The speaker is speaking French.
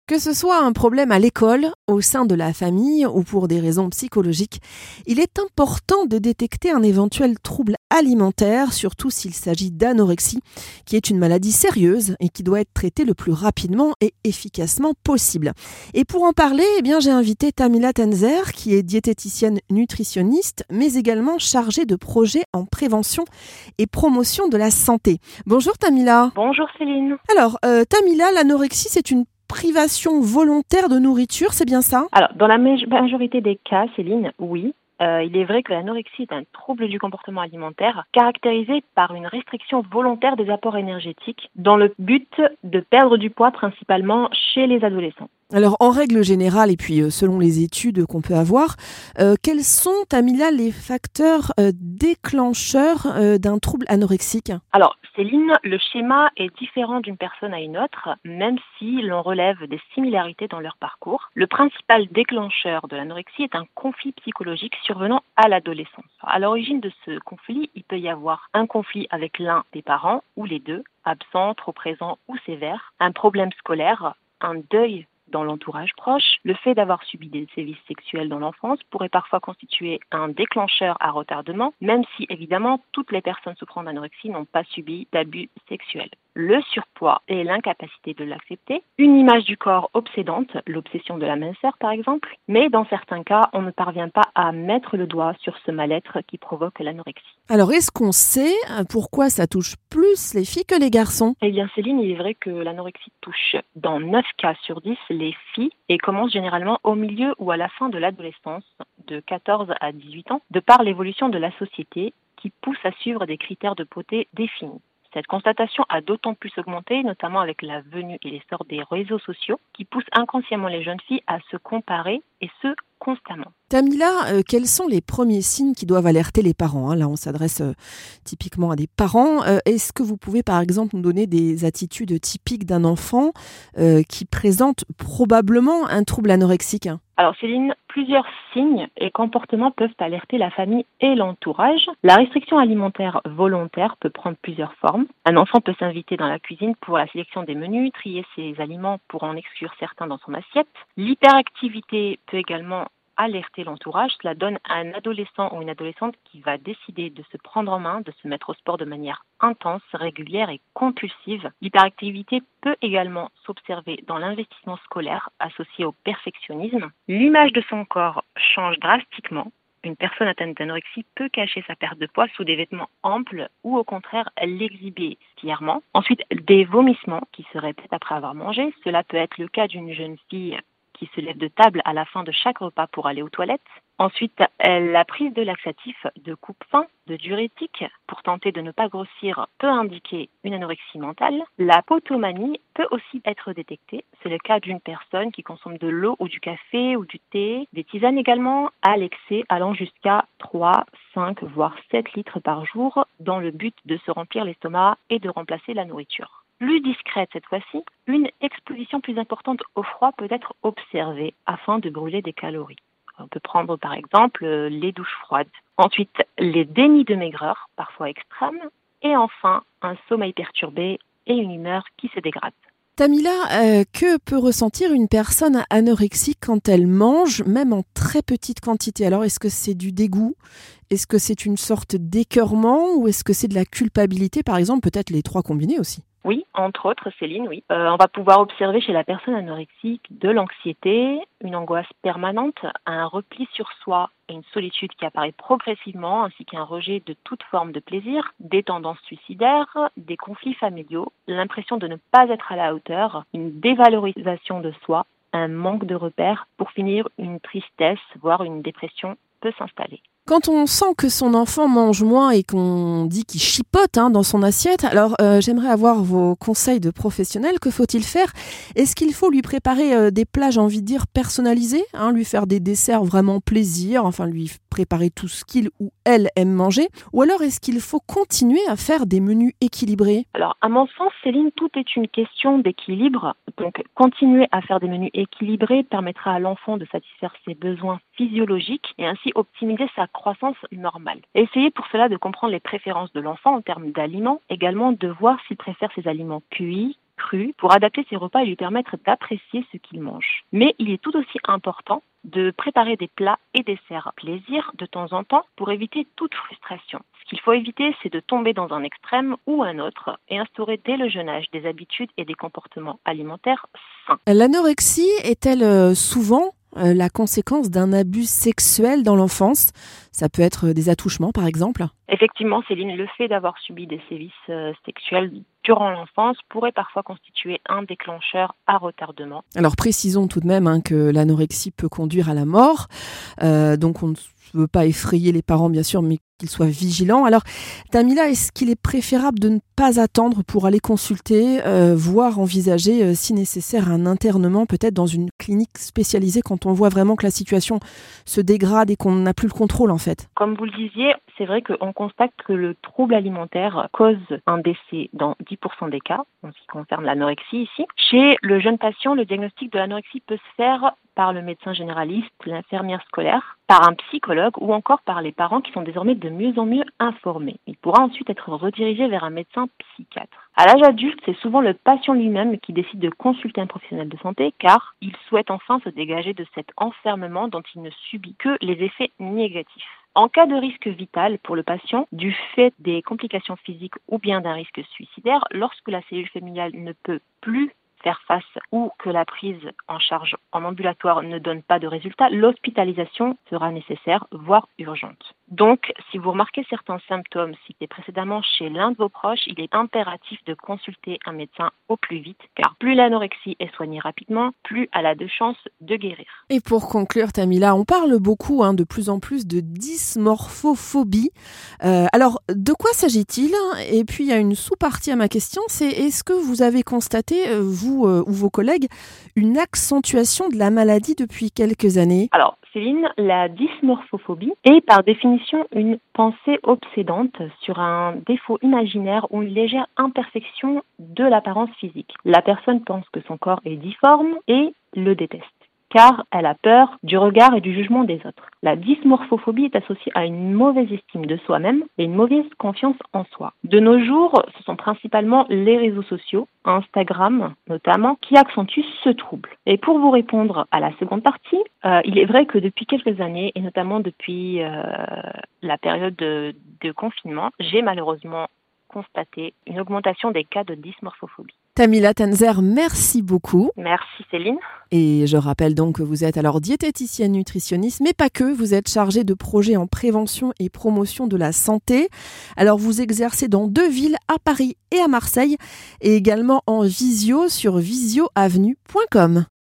Que ce soit un problème à l'école, au sein de la famille ou pour des raisons psychologiques, il est important de détecter un éventuel trouble alimentaire, surtout s'il s'agit d'anorexie, qui est une maladie sérieuse et qui doit être traitée le plus rapidement et efficacement possible. Et pour en parler, j'ai invité Tamila Tenzer, qui est diététicienne nutritionniste, mais également chargée de projets en prévention et promotion de la santé. Bonjour Tamila. Bonjour Céline. Alors, Tamila, l'anorexie, c'est une privation volontaire de nourriture, c'est bien ça? Alors, dans la majorité des cas, Céline, oui. Il est vrai que l'anorexie est un trouble du comportement alimentaire caractérisé par une restriction volontaire des apports énergétiques dans le but de perdre du poids principalement chez les adolescents. Alors, en règle générale, et puis selon les études qu'on peut avoir, quels sont, Tamila, les facteurs déclencheurs d'un trouble anorexique? Alors, Céline, le schéma est différent d'une personne à une autre, même si l'on relève des similarités dans leur parcours. Le principal déclencheur de l'anorexie est un conflit psychologique survenant à l'adolescence. À l'origine de ce conflit, il peut y avoir un conflit avec l'un des parents, ou les deux, absents, trop présents ou sévères, un problème scolaire, un deuil dans l'entourage proche. Le fait d'avoir subi des sévices sexuels dans l'enfance pourrait parfois constituer un déclencheur à retardement, même si évidemment toutes les personnes souffrant d'anorexie n'ont pas subi d'abus sexuels. Le surpoids et l'incapacité de l'accepter, une image du corps obsédante, l'obsession de la minceur par exemple, mais dans certains cas, on ne parvient pas à mettre le doigt sur ce mal-être qui provoque l'anorexie. Alors, est-ce qu'on sait pourquoi ça touche plus les filles que les garçons? Eh bien Céline, il est vrai que l'anorexie touche dans 9 cas sur 10 les filles et commence généralement au milieu ou à la fin de l'adolescence, de 14 à 18 ans, de par l'évolution de la société qui pousse à suivre des critères de beauté définis. Cette constatation a d'autant plus augmenté, notamment avec la venue et l'essor des réseaux sociaux, qui poussent inconsciemment les jeunes filles à se comparer, et ce, constamment. Tamila, quels sont les premiers signes qui doivent alerter les parents? Là, on s'adresse typiquement à des parents. Est-ce que vous pouvez, par exemple, nous donner des attitudes typiques d'un enfant qui présente probablement un trouble anorexique? Alors Céline, plusieurs signes et comportements peuvent alerter la famille et l'entourage. La restriction alimentaire volontaire peut prendre plusieurs formes. Un enfant peut s'inviter dans la cuisine pour la sélection des menus, trier ses aliments pour en exclure certains dans son assiette. L'hyperactivité peut également alerter l'entourage. Cela donne à un adolescent ou une adolescente qui va décider de se prendre en main, de se mettre au sport de manière intense, régulière et compulsive. L'hyperactivité peut également s'observer dans l'investissement scolaire associé au perfectionnisme. L'image de son corps change drastiquement. Une personne atteinte d'anorexie peut cacher sa perte de poids sous des vêtements amples ou au contraire l'exhiber fièrement. Ensuite, des vomissements qui se répètent après avoir mangé. Cela peut être le cas d'une jeune fille qui se lève de table à la fin de chaque repas pour aller aux toilettes. Ensuite, la prise de laxatifs, de coupe-faim, de diurétiques pour tenter de ne pas grossir peut indiquer une anorexie mentale. La potomanie peut aussi être détectée. C'est le cas d'une personne qui consomme de l'eau ou du café ou du thé, des tisanes également, à l'excès allant jusqu'à 3, 5, voire 7 litres par jour dans le but de se remplir l'estomac et de remplacer la nourriture. Plus discrète cette fois-ci, une exposition plus importante au froid peut être observée afin de brûler des calories. On peut prendre par exemple les douches froides. Ensuite, les dénis de maigreur, parfois extrêmes. Et enfin, un sommeil perturbé et une humeur qui se dégrade. Tamila, que peut ressentir une personne anorexique quand elle mange, même en très petite quantité? Alors, est-ce que c'est du dégoût? Est-ce que c'est une sorte d'écœurement? Ou est-ce que c'est de la culpabilité, par exemple? Peut-être les trois combinés aussi. Oui, entre autres, Céline, oui. On va pouvoir observer chez la personne anorexique de l'anxiété, une angoisse permanente, un repli sur soi et une solitude qui apparaît progressivement, ainsi qu'un rejet de toute forme de plaisir, des tendances suicidaires, des conflits familiaux, l'impression de ne pas être à la hauteur, une dévalorisation de soi, un manque de repères, pour finir une tristesse, voire une dépression peut s'installer. Quand on sent que son enfant mange moins et qu'on dit qu'il chipote dans son assiette, alors j'aimerais avoir vos conseils de professionnels. Que faut-il faire? Est-ce qu'il faut lui préparer des plats, j'ai envie de dire, personnalisés, lui faire des desserts vraiment plaisir, enfin lui préparer tout ce qu'il ou elle aime manger? Ou alors est-ce qu'il faut continuer à faire des menus équilibrés? Alors, à mon sens, Céline, tout est une question d'équilibre. Donc, continuer à faire des menus équilibrés permettra à l'enfant de satisfaire ses besoins physiologiques et ainsi optimiser sa croissance normale. Essayez pour cela de comprendre les préférences de l'enfant en termes d'aliments, également de voir s'il préfère ses aliments cuits, cru pour adapter ses repas et lui permettre d'apprécier ce qu'il mange. Mais il est tout aussi important de préparer des plats et desserts plaisir de temps en temps pour éviter toute frustration. Ce qu'il faut éviter, c'est de tomber dans un extrême ou un autre et instaurer dès le jeune âge des habitudes et des comportements alimentaires sains. L'anorexie est-elle souvent la conséquence d'un abus sexuel dans l'enfance? Ça peut être des attouchements, par exemple? Effectivement, Céline, le fait d'avoir subi des sévices sexuels durant l'enfance pourrait parfois constituer un déclencheur à retardement. Alors précisons tout de même que l'anorexie peut conduire à la mort, donc on ne veut pas effrayer les parents bien sûr, mais qu'ils soient vigilants. Alors Tamila, est-ce qu'il est préférable de ne pas attendre pour aller consulter, voire envisager si nécessaire un internement peut-être dans une clinique spécialisée quand on voit vraiment que la situation se dégrade et qu'on n'a plus le contrôle en fait? Comme vous le disiez, c'est vrai qu'on constate que le trouble alimentaire cause un décès dans 10% des cas, en ce qui concerne l'anorexie ici. Chez le jeune patient, le diagnostic de l'anorexie peut se faire par le médecin généraliste, l'infirmière scolaire, par un psychologue ou encore par les parents qui sont désormais de mieux en mieux informés. Il pourra ensuite être redirigé vers un médecin psychiatre. À l'âge adulte, c'est souvent le patient lui-même qui décide de consulter un professionnel de santé car il souhaite enfin se dégager de cet enfermement dont il ne subit que les effets négatifs. En cas de risque vital pour le patient, du fait des complications physiques ou bien d'un risque suicidaire, lorsque la cellule familiale ne peut plus faire face ou que la prise en charge en ambulatoire ne donne pas de résultat, l'hospitalisation sera nécessaire, voire urgente. Donc, si vous remarquez certains symptômes cités précédemment chez l'un de vos proches, il est impératif de consulter un médecin au plus vite, car plus l'anorexie est soignée rapidement, plus elle a de chances de guérir. Et pour conclure, Tamila, on parle beaucoup de plus en plus de dysmorphophobie. Alors, de quoi s'agit-il? Et puis, il y a une sous-partie à ma question, c'est est-ce que vous avez constaté, vous ou vos collègues, une accentuation de la maladie depuis quelques années? Alors, Céline, la dysmorphophobie est par définition une pensée obsédante sur un défaut imaginaire ou une légère imperfection de l'apparence physique. La personne pense que son corps est difforme et le déteste, car elle a peur du regard et du jugement des autres. La dysmorphophobie est associée à une mauvaise estime de soi-même et une mauvaise confiance en soi. De nos jours, ce sont principalement les réseaux sociaux, Instagram notamment, qui accentuent ce trouble. Et pour vous répondre à la seconde partie, il est vrai que depuis quelques années, et notamment depuis la période de confinement, j'ai malheureusement constaté une augmentation des cas de dysmorphophobie. Tamila Tanzer, merci beaucoup. Merci Céline. Et je rappelle donc que vous êtes alors diététicienne nutritionniste, mais pas que, vous êtes chargée de projets en prévention et promotion de la santé. Alors vous exercez dans 2 villes, à Paris et à Marseille, et également en visio sur visioavenue.com.